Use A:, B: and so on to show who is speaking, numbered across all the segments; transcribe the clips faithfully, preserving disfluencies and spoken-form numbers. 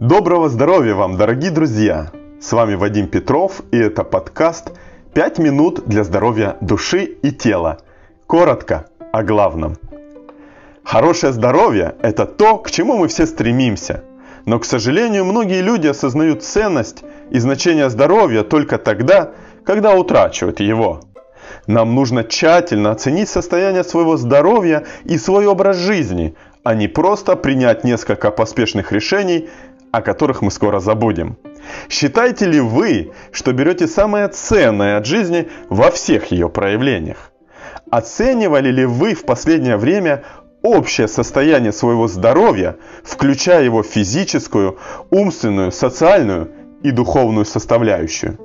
A: Доброго здоровья вам, дорогие друзья! С вами Вадим Петров, и это подкаст «пять минут для здоровья души и тела». Коротко о главном. Хорошее здоровье – это то, к чему мы все стремимся. Но, к сожалению, многие люди осознают ценность и значение здоровья только тогда, когда утрачивают его. Нам нужно тщательно оценить состояние своего здоровья и свой образ жизни, а не просто принять несколько поспешных решений, о которых мы скоро забудем. Считаете ли вы, что берете самое ценное от жизни во всех ее проявлениях? Оценивали ли вы в последнее время общее состояние своего здоровья, включая его физическую, умственную, социальную и духовную составляющую?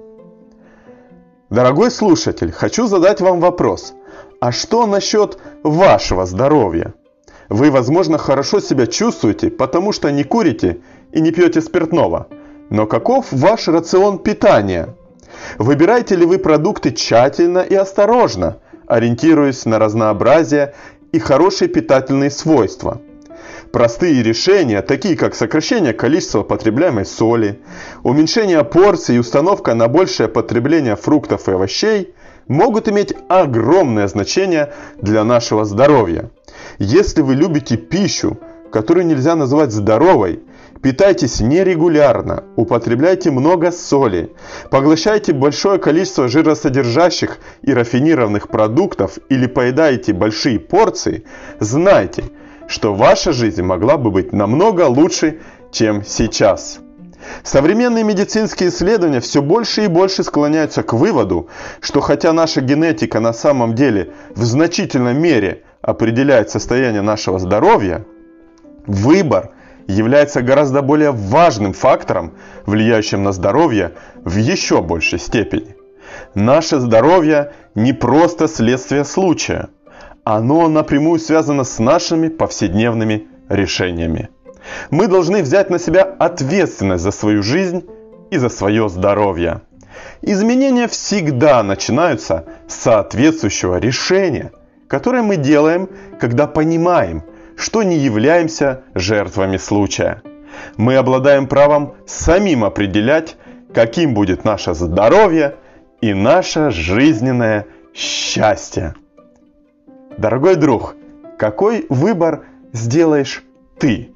A: Дорогой слушатель, хочу задать вам вопрос. А что насчет вашего здоровья? Вы, возможно, хорошо себя чувствуете, потому что не курите и не пьете спиртного. Но каков ваш рацион питания? Выбираете ли вы продукты тщательно и осторожно, ориентируясь на разнообразие и хорошие питательные свойства? Простые решения, такие как сокращение количества потребляемой соли, уменьшение порций и установка на большее потребление фруктов и овощей, могут иметь огромное значение для нашего здоровья. Если вы любите пищу, которую нельзя назвать здоровой, питайтесь нерегулярно, употребляйте много соли, поглощайте большое количество жиросодержащих и рафинированных продуктов или поедаете большие порции, знайте, что ваша жизнь могла бы быть намного лучше, чем сейчас. Современные медицинские исследования все больше и больше склоняются к выводу, что хотя наша генетика на самом деле в значительной мере определяет состояние нашего здоровья, выбор является гораздо более важным фактором, влияющим на здоровье в еще большей степени. Наше здоровье не просто следствие случая. Оно напрямую связано с нашими повседневными решениями. Мы должны взять на себя ответственность за свою жизнь и за свое здоровье. Изменения всегда начинаются с соответствующего решения, которое мы делаем, когда понимаем, что не являемся жертвами случая. Мы обладаем правом самим определять, каким будет наше здоровье и наше жизненное счастье. Дорогой друг, какой выбор сделаешь ты?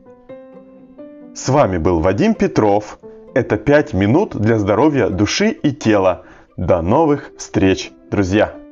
A: С вами был Вадим Петров. Это пять минут для здоровья души и тела. До новых встреч, друзья!